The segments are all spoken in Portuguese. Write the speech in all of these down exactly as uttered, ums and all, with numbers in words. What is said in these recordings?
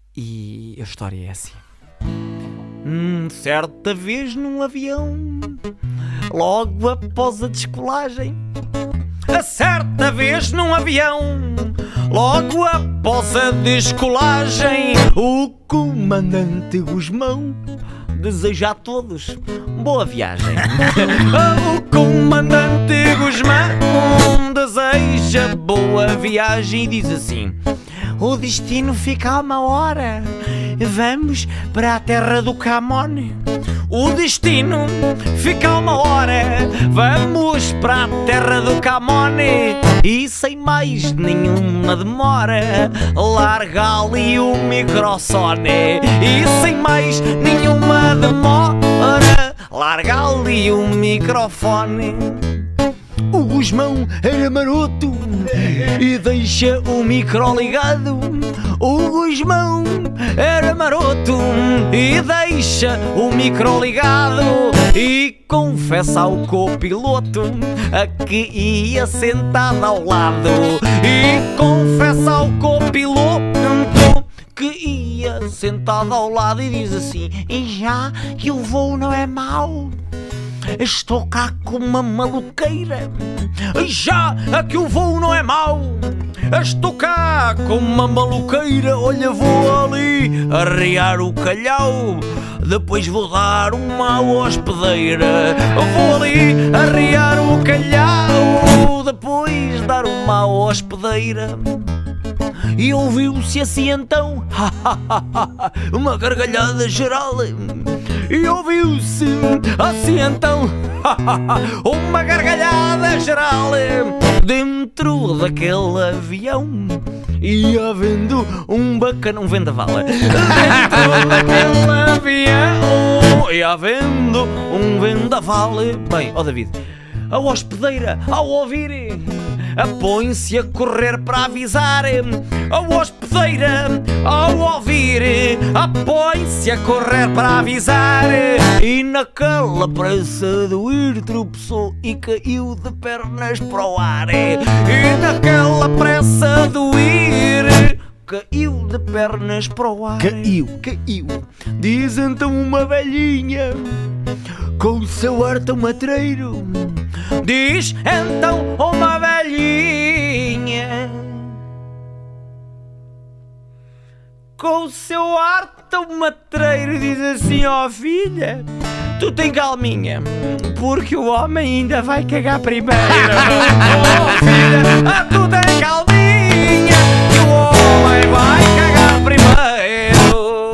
E a história é assim. Hum, certa vez num avião, logo após a descolagem. A certa vez num avião, logo após a descolagem, o comandante Gusmão deseja a todos boa viagem. O comandante Gusmão deseja boa viagem e diz assim: o destino fica a uma hora, vamos para a terra do Camone. O destino fica a uma hora, vamos para a terra do Camone. E sem mais nenhuma demora, larga ali o microfone. E sem mais nenhuma demora, larga ali o microfone. O Gusmão era maroto e deixa o micro ligado. O Gusmão era maroto e deixa o micro ligado. E confessa ao copiloto a que ia sentado ao lado. E confessa ao copiloto que ia sentado ao lado e diz assim: e já que o voo não é mau, estou cá com uma maluqueira. E já que o voo não é mau, estou cá com uma maluqueira. Olha, vou ali arrear o calhau, depois vou dar uma hospedeira. Vou ali arrear o calhau, depois dar uma hospedeira. E ouviu-se assim então uma gargalhada geral. E ouviu-se assim então uma gargalhada geral dentro daquele avião. E havendo um bacana, um vendaval dentro daquele avião. E havendo um vendaval. Bem, ó David, a hospedeira, ao ouvir, põe-se a correr para avisar. A hospedeira, ao ouvir, põe-se a correr para avisar. E naquela pressa do ir tropeçou e caiu de pernas para o ar. E naquela pressa do ir caiu de pernas para o ar. Caiu, caiu. Diz então uma velhinha com o seu ar tão matreiro. Diz então uma velhinha com o seu ar tão matreiro, diz assim: ó oh, filha, tu tem calminha, porque o homem ainda vai cagar primeiro. Oh filha, tu tem calminha, que o homem vai cagar primeiro.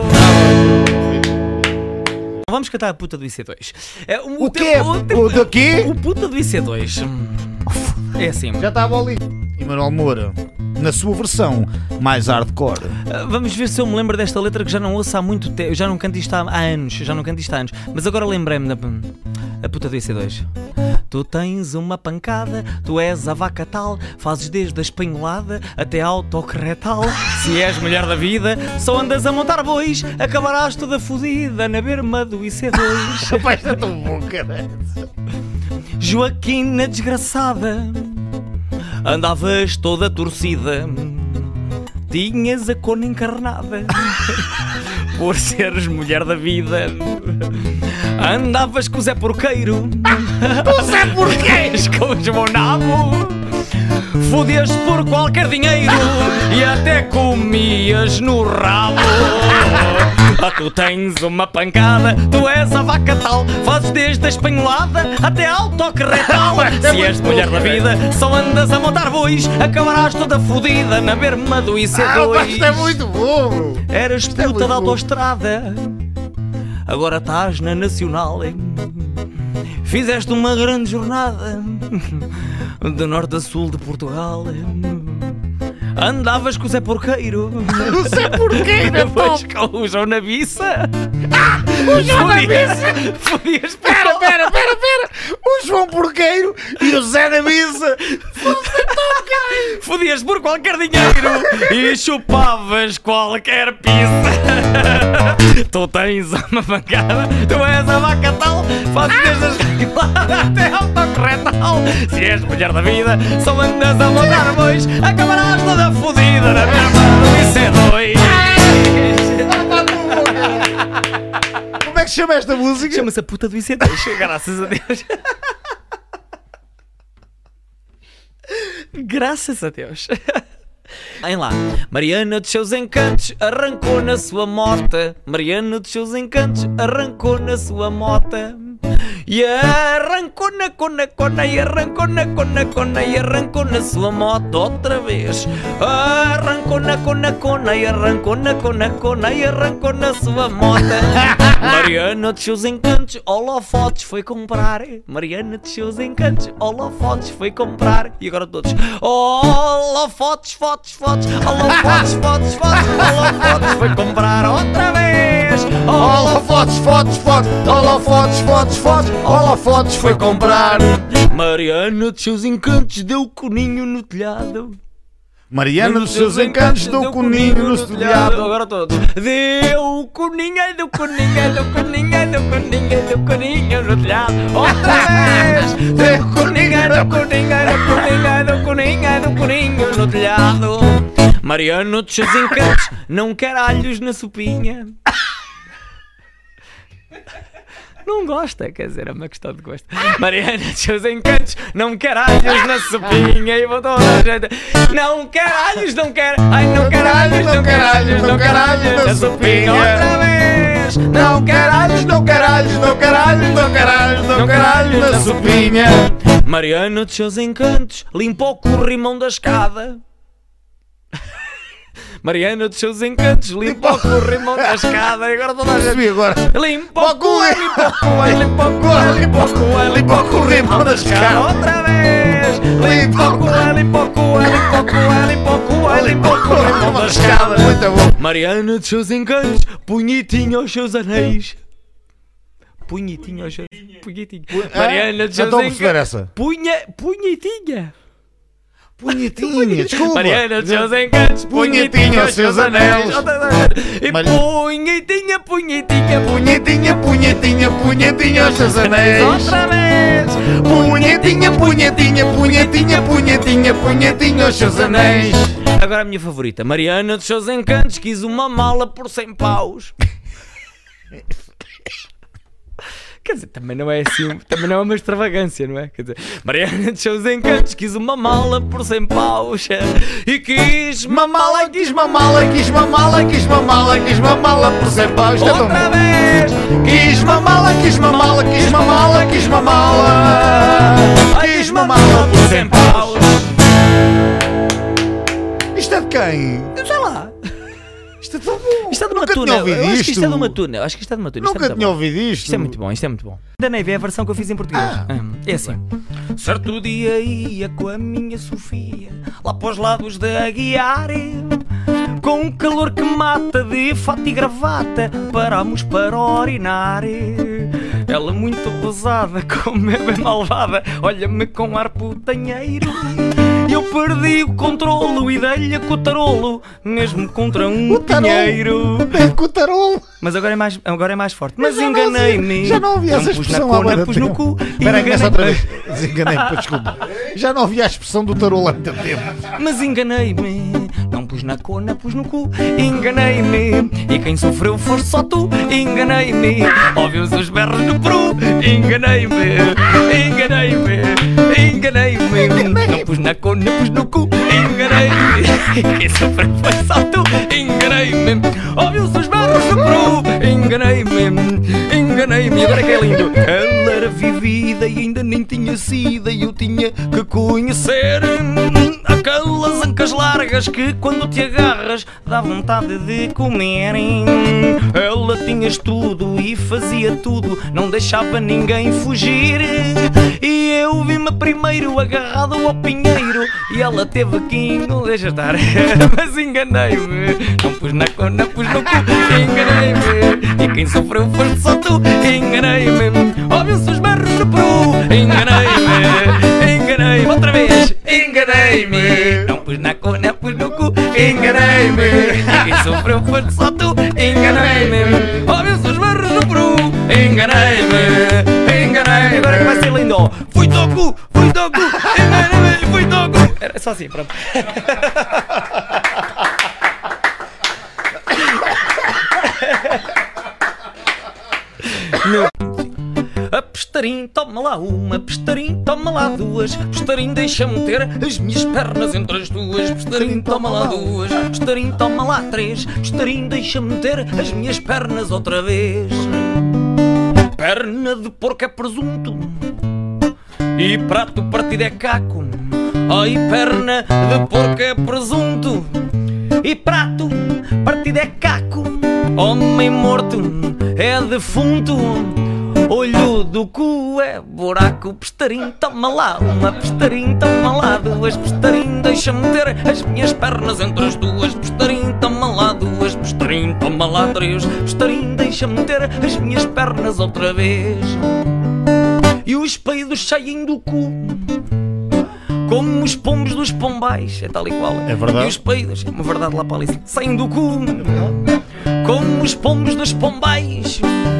Vamos cantar a puta do I C dois. É, o, o quê? O, o do quê? O puta do I C dois. É assim. Já estava ali. Emanuel Moura, na sua versão mais hardcore. Uh, vamos ver se eu me lembro desta letra que já não ouço há muito tempo. Já não canto isto há, há anos. Já não canto isto há anos. Mas agora lembrei-me da a puta do I C dois. Tu tens uma pancada, tu és a vaca tal, fazes desde a espanholada até a autocorretal. Se és mulher da vida, só andas a montar bois, acabarás toda fodida na berma do I C dois. Rapaz, está tão bom, caralho. Joaquina desgraçada, andavas toda torcida, tinhas a cona encarnada por seres mulher da vida. Andavas com o Zé Porqueiro, o Zé Porqueiro, com o João Nabo, fodias por qualquer dinheiro e até comias no rabo. Ah, tu tens uma pancada, tu és a vaca tal, fazes desde a espanholada até a autocorretal. Se és mulher da vida, só andas a montar bois, acabarás toda fodida na berma do I C dois. Ah, isto é muito bom. Eras puta é da autoestrada, agora estás na Nacional. Fizeste uma grande jornada de norte a sul de Portugal. Andavas com o Zé Porqueiro. O Zé Porqueiro, depois com o João Nabiça. Ah, o João Nabiça. Fodias. Espera, espera, espera, espera. O João Porqueiro e o Zé Nabiça. Fodias por qualquer dinheiro e chupavas qualquer pizza. Tu tens uma pancada, tu és a vaca tal, fazes desde a espanholada até a autocorretal. Se és mulher da vida, só andas a montar bois, acabarás toda fodida na merda do I C dois. se chama esta música? Chama-se A Puta do Incêndio. Graças a Deus. Graças a Deus. Vem lá. Mariana dos seus encantos arrancou na sua mota. Mariana dos seus encantos arrancou na sua mota. E arrancou na cona cona e arrancou na cona cona e arrancou na sua moto outra vez. Arrancou na cona cona e arrancou na cona cona e arrancou na sua moto. Mariana dos seus encantos holofotes foi comprar. Mariana dos seus encantos holofotes foi comprar. E agora todos holofotes, fotos, fotos, holofotes, fotos, fotos, holofotes foi comprar outra vez. Holofotes, fotos, fotos, holofotes, fotos, fotos, holofotes foi comprar. Mariana dos seus encantos deu coninho no telhado. Mariana dos seus encantos deu coninho no telhado. Agora todos. Deu coninho, deu coninho, deu coninho, deu coninho, deu coninho no telhado. Outra vez. Deu coninho, deu coninho, deu coninho, deu coninho, deu coninho no telhado. Mariana dos seus encantos não quer alhos na sopinha. Não gosta, quer dizer, é uma questão de gosto. Mariana dos seus encantos não quer alhos na sopinha. E botou a gente. Não quer alhos, não quer. Ai, não quer alhos, não quer alhos, não quer alhos na sopinha. Outra vez. Não quer alhos, não quer alhos, não quer alhos, não quer alhos, não quer alhos na sopinha. Mariana dos seus encantos limpou o corrimão da escada. Mariana dos seus encantos limpou o corrimão da escada. E agora toda a gente agora. Limpou o cu, limpou o cu, limpou o cu, limpou o cu, limpou o corrimão da escada. Outra vez. Limpou o cu, limpou o cu, limpou o cu, limpou o cu, limpou o corrimão da escada. Muito bom. Mariana dos seus encantos punhetinho aos seus anéis. Punhetinho aos seus... Punhetinho. Mariana dos seus Então encantos. perceber essa. Punha... Punhetinha. Punhetinha, desculpa. Mariana dos seus encantos, punhetinha aos seus anéis. E Mari- punhetinha, punhetinha, Punhetinha, punhetinha, punhetinha aos seus anéis. outra vez. Punhetinha, punhetinha, punhetinha, punhetinha, punhetinha aos seus anéis. Agora a minha favorita. Mariana dos seus encantos quis uma mala por cem paus. Quer dizer, também não é assim, também não é uma extravagância, não é? Quer dizer, Mariana dos seus encantos quis uma mala por cem paus. E quis uma mala, Quis uma mala, quis uma mala, quis uma mala, quis uma mala por cem paus. Isto é tão outra bom. vez. Quis uma mala, quis uma mala, quis uma mala, quis uma mala. Quis uma mala por cem paus. Isto é de quem? Sei lá. Isto é tão bom. Isto é de uma Nunca tuna. tinha ouvido Eu acho que isto é de isto. uma tuna. Eu acho que isto é de uma tuna. Isto é Nunca muito tinha bom. ouvido isto. Isto é muito bom, isto é muito bom. Da Navy é a versão que eu fiz em português. Ah. Hum, é assim. Certo dia ia com a minha Sofia lá para os lados de Aguiar, com um calor que mata, de fato e gravata parámos para orinar. Ela muito rosada, como é bem malvada, olha-me com ar putanheiro. Eu perdi o controlo e dei-lhe a cotarolo, mesmo contra um O tarolo. pinheiro. É com o tarolo. Mas agora é mais, agora é mais forte. Mas Já não enganei-me. ouvi- já não ouvi essa pus na expressão há cona, bué pus de no tempo. cu. Espera aí, começa outra vez. enganei-me. Desenganei-me, desculpa. Já não ouvi a expressão do tarolo há muito tempo. Mas enganei-me. Não pus na cona, pus no cu. Enganei-me. E quem sofreu foste só tu. Enganei-me. Ouviu-se os berros no peru. Enganei-me. Enganei-me. Enganei-me. Não pus na cona, pus no cu. Enganei-me. Quem sofreu foi só tu. Enganei-me. Ouviu-se os berros no peru. Enganei-me. Enganei-me. Agora que é lindo. Ela era vivida e ainda nem tinha sido. E eu tinha que conhecer aquelas ancas largas que quando te agarras dá vontade de comer. Ela tinhas tudo e fazia tudo, não deixava ninguém fugir. E eu vi-me primeiro agarrado ao pinheiro e ela teve aqui, não deixa estar. Mas enganei-me, não pus na cona, pus no cu. Enganei-me, e quem sofreu foste só tu. Enganei-me, ouviu-se os berros no peru. Enganei-me, enganei-me outra vez. Enganei-me, não pus na cona, pus no cu. Enganei-me, e quem sofreu foste só tu. Enganei-me, ouviu-se os berros no peru. Enganei-me, enganei-me. Agora que vai ser lindo. Fui do cu, fui do cu. Enganei-me, fui do cu. Era só assim, pronto. Meu... A pestarim, toma lá uma, pestarim, toma lá duas, pestarim, deixa-me ter as minhas pernas entre as tuas, pestarim, toma lá duas, pestarim, toma lá três, pestarim, deixa-me ter as minhas pernas outra vez. Perna de porco é presunto e prato partido é caco. Ai, perna de porco é presunto e prato partido é caco. Homem morto é defunto, olho do cu é buraco. Pestarim, toma lá uma, pestarim, toma lá duas, pestarim, deixa-me ter as minhas pernas entre as duas, pestarim, toma lá duas, pestarim, toma lá três, pestarim, deixa-me ter as minhas pernas outra vez. E os peidos saem do cu como os pombos dos pombais, é tal e qual. É verdade. E os peidos, é uma verdade lá para ali, saem do cu como os pombos dos pombais.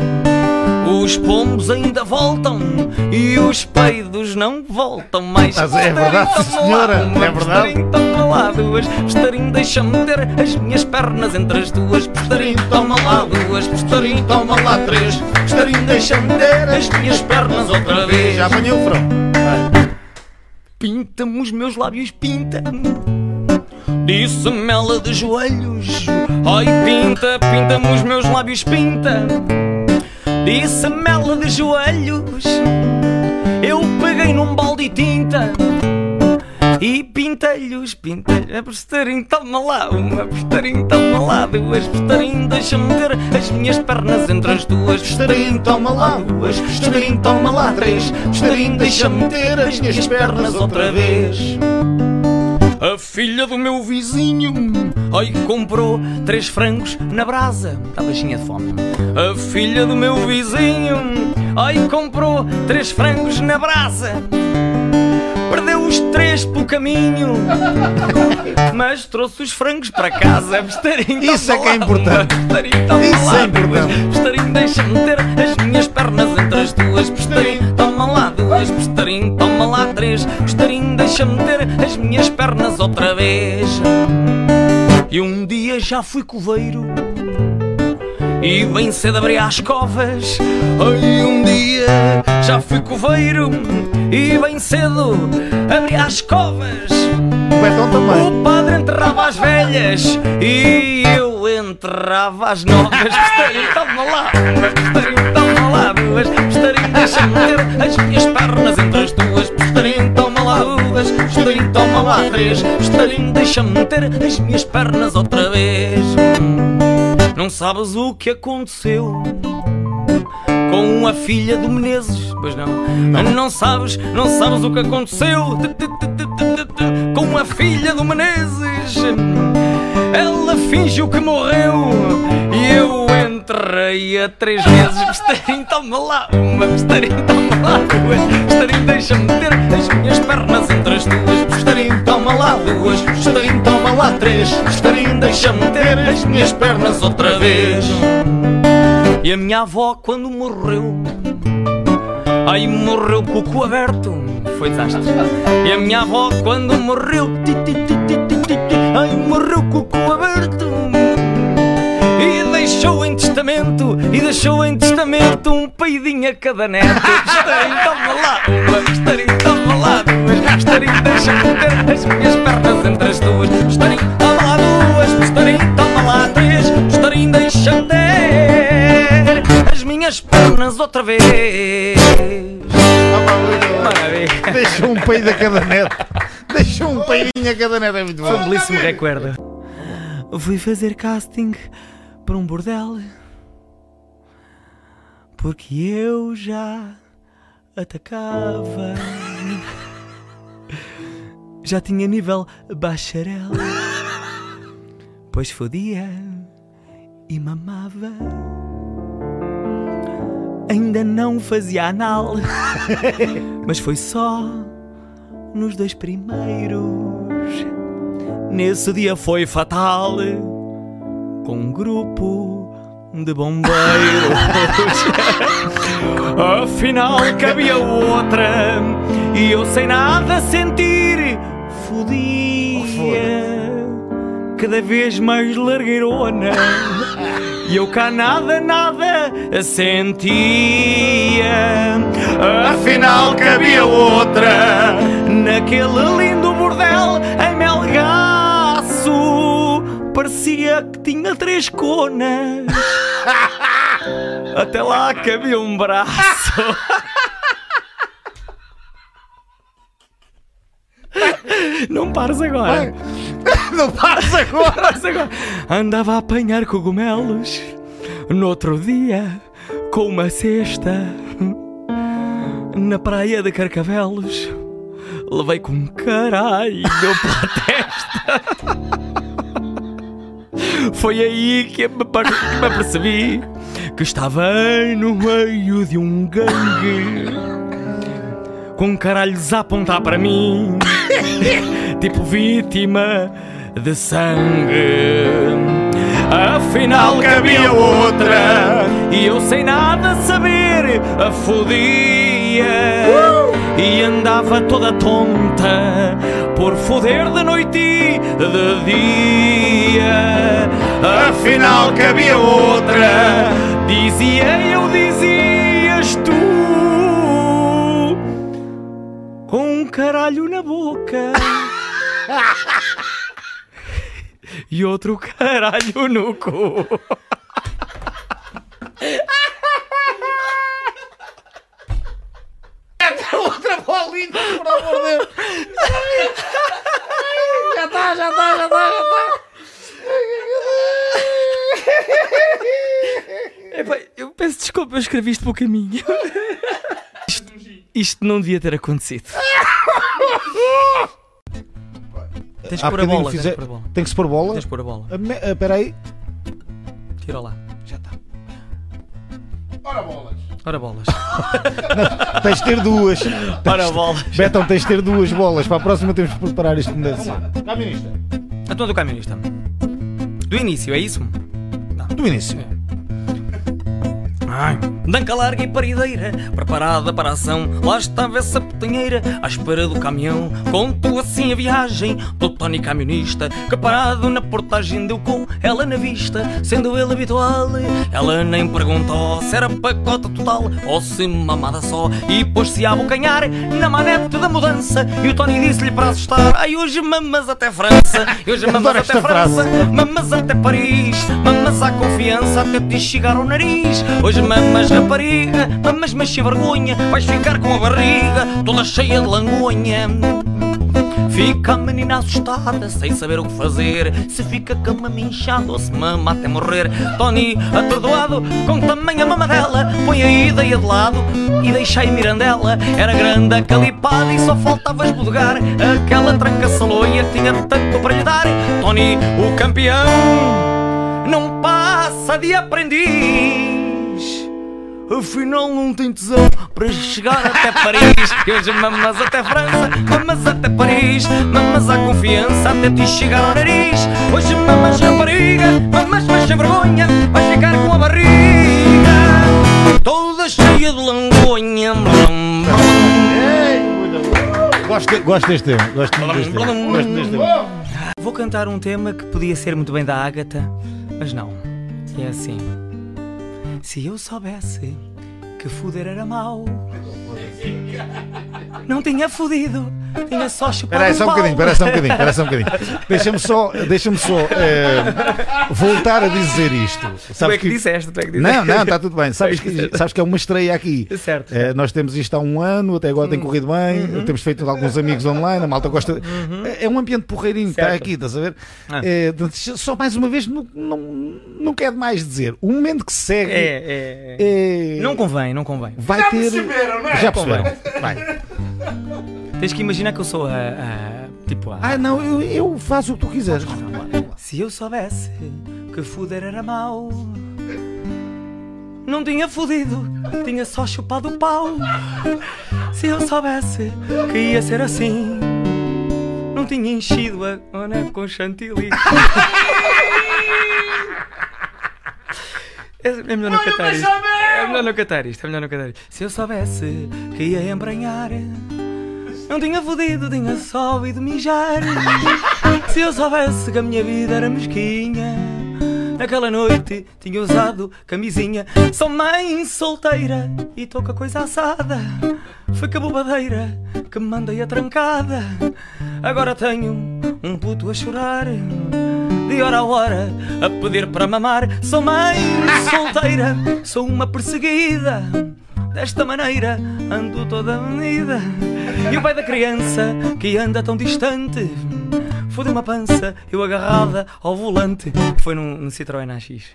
Os pombos ainda voltam e os peidos não voltam mais. Mas é verdade, senhora, é verdade. Pestarim, toma lá duas, pestarim, deixa-me ter as minhas pernas entre as tuas, pestarim, toma lá duas, pestarim, toma lá três, pestarim, deixa-me ter as minhas pernas outra vez. Já apanhei o frão. Pinta-me os meus lábios, pinta-me, disse-me ela de joelhos. Ai, pinta, pinta-me os meus lábios, pinta, disse-me ela de joelhos. Eu peguei num balde de tinta e pintei-lhes, pintei-lhes. A pestarim, toma lá uma, pestarim, toma lá duas, pestarim, deixa-me ter as minhas pernas entre as tuas, pestarim, toma lá duas, pestarim, toma lá três, pestarim, deixa-me ter as minhas pernas outra vez. A filha do meu vizinho, ai, comprou três frangos na brasa, estava cheia de fome. A filha do meu vizinho, ai, comprou três frangos na brasa, perdeu os três pelo caminho, mas trouxe os frangos para casa. Pestarim, isso é que é importante. Pestarim, isso é importante. Pestarim, deixa-me ter as minhas pernas entre as tuas, pestarim, toma lá duas, pestarim, toma lá três, pestarim, deixa-me ter as minhas pernas outra vez. E um dia já fui coveiro e bem cedo abri as covas. Ai, um dia já fui coveiro e bem cedo abri as covas. O Betão também. O padre enterrava as velhas e eu enterrava as novas. Pestarim, toma lá uma, pestarim, toma lá duas, pestarim, deixa-me ter as minhas pernas entre as tuas, pestarim, toma lá duas, pestarim, toma lá três, pestarim, deixa-me ter as minhas pernas outra vez. Não sabes o que aconteceu com a filha do Menezes, pois não? Não, não sabes, não sabes o que aconteceu com a filha do Menezes. Ela fingiu que morreu e eu enterrei a três meses. Pestarim, toma lá uma, pestarim, toma lá duas, pestarim, deixa-me ter as minhas pernas entre as tuas, pestarim, toma lá duas, pestarim, toma lá três, pestarim, deixa-me ter as minhas pernas outra vez. E a minha avó quando morreu, ai, morreu com o cu aberto, foi desastre. E a minha avó quando morreu, ai, morreu com o cu aberto e deixou em testamento, e deixou em testamento um peidinho a cada neto. Pestarim, toma lá uma, pestarim, toma lá duas, pestarim, deixa-me ter as minhas pernas entre as tuas, pestarim, toma lá duas, pestarim, toma lá três, pestarim, deixa-me ter as minhas pernas outra vez. Maravilha. Deixa um peido a cada neto. Deixa um peidinho a cada neto, é muito bom. Foi um belíssimo recuerdo. Fui fazer casting para um bordel porque eu já atacava, já tinha nível bacharel, pois fodia e mamava, ainda não fazia anal, mas foi só nos dois primeiros. Nesse dia foi fatal, com um grupo de bombeiros. Afinal cabia outra e eu sem nada sentir fodia. cada vez mais largueirona. E eu cá nada, nada sentia. Afinal que havia outra naquele lindo bordel em Melgaço. Parecia que tinha três conas. Até lá cabia um braço. Não pares agora. Não pares agora. Não pares agora. Andava a apanhar cogumelos no outro dia com uma cesta na praia de Carcavelos. Levei com um caralho para a testa. Foi aí que me apercebi que estava no meio de um gangue com caralhos a apontar para mim, tipo vítima de sangue. Afinal que havia outra e eu sem nada saber a fodia e andava toda tonta por foder de noite e de dia. Afinal que havia outra, dizia eu, dizias tu, com um caralho na boca e outro caralho no cu. outra bolinha, por amor de Deus. Já está, já está, já está, já está. Epá, eu peço desculpa, eu escrevi isto para o caminho. Isto, isto não devia ter acontecido. Tens que pôr a bola, fizer... tens que pôr a bola. Tem que se pôr bola? Tens que pôr a bola. Espera uh, aí. Tira lá. Já está. Ora bolas. Ora bolas. Não, tens de ter duas. Ora bolas. Betão, tens de ter duas bolas. Para a próxima temos de preparar isto como deve ser. Camionista. Então do camionista. Do início, é isso? Não. Do início. É. Ai. Danca larga e parideira, preparada para a ação. Lá estava essa putanheira, à espera do caminhão. Contou assim a viagem do Tony camionista, que parado na portagem deu com ela na vista. Sendo ele habitual, ela nem perguntou se era pacote total ou se mamada só. E pôs-se a abocanhar na manete da mudança. E o Tony disse-lhe para assustar: ai, hoje mamas até França, e hoje mamas até França, mamas até Paris, mamas à confiança até te chegar ao nariz. Hoje mamas rapariga, mamas mas sem vergonha, vais ficar com a barriga toda cheia de langonha. Fica a menina assustada, sem saber o que fazer, se fica com a mama inchada ou se mama até morrer. Tony, atordoado com tamanha mamadela, põe a ideia de lado e deixa aí Mirandela. Era grande a calipada e só faltava esbodegar aquela tranca saloia que tinha tanto para lhe dar. Tony, o campeão, não passa de aprendiz. Afinal não tem tesão para chegar até Paris. E hoje mamas até França, mamas até Paris, mamas à confiança até te chegar ao nariz. Hoje mamas rapariga, mamas mas sem vergonha, vais ficar com a barriga toda cheia de langonha. Gosto, gosto deste tema. Gosto deste tema. Gosto deste tema. Vou cantar um tema que podia ser muito bem da Ágata, mas não. É assim. Se eu soubesse que foder era mau, não tinha fodido, tinha só chupado. Espera aí, um só um pau. bocadinho, espera só um bocadinho, espera só um bocadinho. Deixa-me só, deixa-me só eh, voltar a dizer isto. Tu é que, que disseste, tu é que disseste. Não, não, está tudo bem. Sabes que, sabes que é uma estreia aqui. Certo. Eh, nós temos isto há um ano, até agora tem corrido bem, Uhum. temos feito alguns amigos online, a malta gosta. Uhum. É um ambiente porreirinho, está Certo. aqui, estás a ver? Ah. Eh, só mais uma vez, não, não, não quero mais dizer. O momento que se segue É, é, é- Não convém, não convém. vai Já ter. perceberam, não é? Já perceberam. Vai. Tens que imaginar que eu sou a. a- tipo a. Ah, não, eu, eu faço o que tu quiseres. Se eu soubesse que foder era mau, não tinha fodido, tinha só chupado o pau. Se eu soubesse que ia ser assim, não tinha enchido a cona com chantilly. É melhor não cantar isto. É melhor não cantar isto. É melhor não cantar isto. Se eu soubesse que ia embranhar, não tinha fodido, tinha só ido mijar. Se eu soubesse que a minha vida era mesquinha, naquela noite tinha usado camisinha. Sou mãe solteira e tô com a coisa assada. Foi com a bobadeira que me mandei a trancada. Agora tenho um puto a chorar, de hora a hora a pedir para mamar. Sou mãe solteira, sou uma perseguida. Desta maneira ando toda unida. E o pai da criança que anda tão distante fode uma pança, eu agarrada ao volante. Foi num, num Citroën A X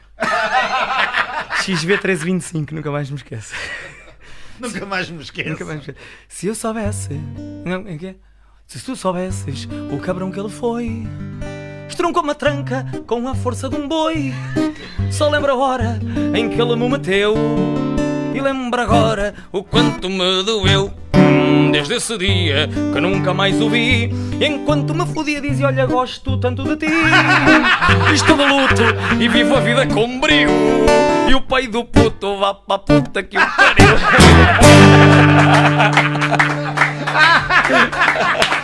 X V treze vinte e cinco, nunca mais me esqueço. Nunca mais me esqueço. Nunca mais me esqueço. Se eu soubesse, não, é que é? Se tu soubesses o cabrão que ele foi, estroncou uma tranca com a força de um boi. Só lembro a hora em que ele me meteu, e lembro agora o quanto me doeu. Desde esse dia que nunca mais o vi, enquanto me fodia dizia: olha, gosto tanto de ti. Estou de luto e vivo a vida com brio, e o pai do puto vá para a puta que o pariu.